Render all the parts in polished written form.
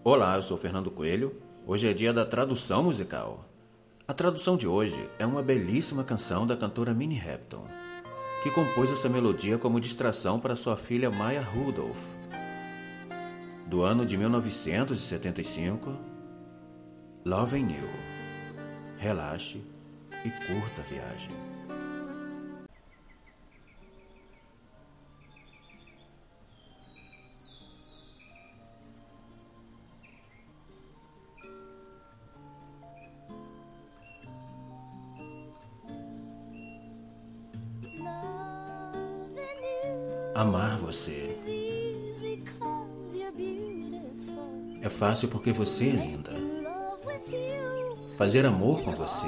Olá, eu sou Fernando Coelho. Hoje é dia da tradução musical. A tradução de hoje é uma belíssima canção da cantora Minnie Hampton, que compôs essa melodia como distração para sua filha Maya Rudolph. Do ano de 1975, Loving You. Relaxe e curta a viagem. Amar você é fácil porque você é linda. Fazer amor com você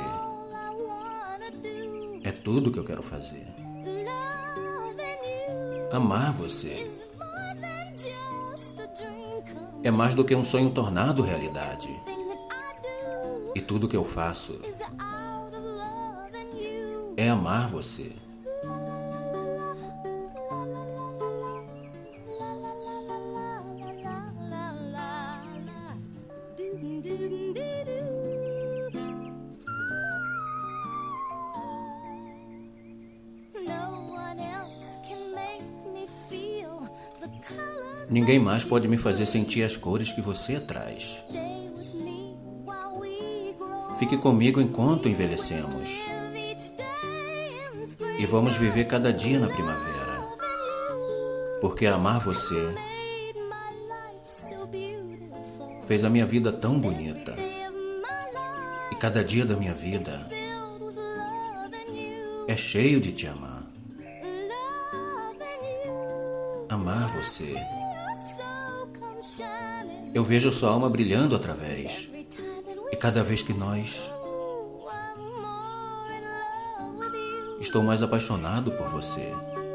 é tudo que eu quero fazer. Amar você é mais do que um sonho tornado realidade. E tudo que eu faço é amar você. Ninguém mais pode me fazer sentir as cores que você traz. Fique comigo enquanto envelhecemos. E vamos viver cada dia na primavera. Porque amar você fez a minha vida tão bonita. E cada dia da minha vida é cheio de te amar. Amar você. Eu vejo sua alma brilhando através. E cada vez que nós... Estou mais apaixonado por você.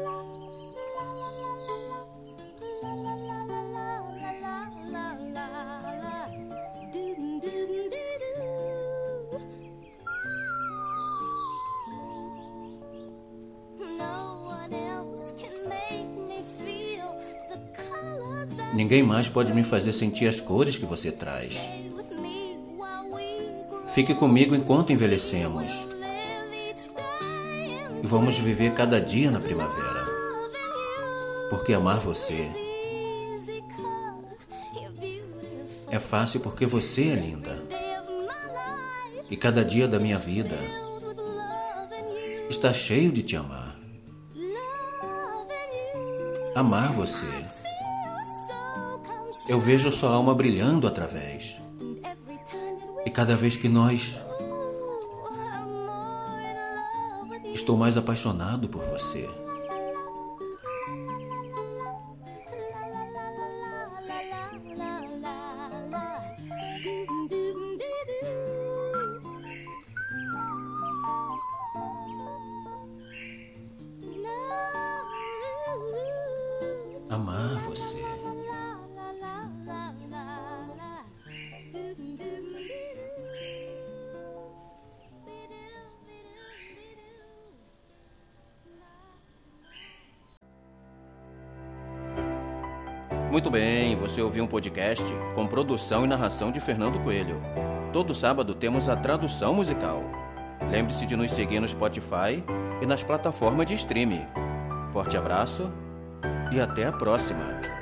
Ninguém mais pode me fazer sentir as cores que você traz. Fique comigo enquanto envelhecemos. E vamos viver cada dia na primavera. Porque amar você é fácil porque você é linda. E cada dia da minha vida está cheio de te amar. Amar você. Eu vejo sua alma brilhando através. E cada vez que nós... Estou mais apaixonado por você. Amar você. Muito bem, você ouviu um podcast com produção e narração de Fernando Coelho. Todo sábado temos a tradução musical. Lembre-se de nos seguir no Spotify e nas plataformas de streaming. Forte abraço e até a próxima!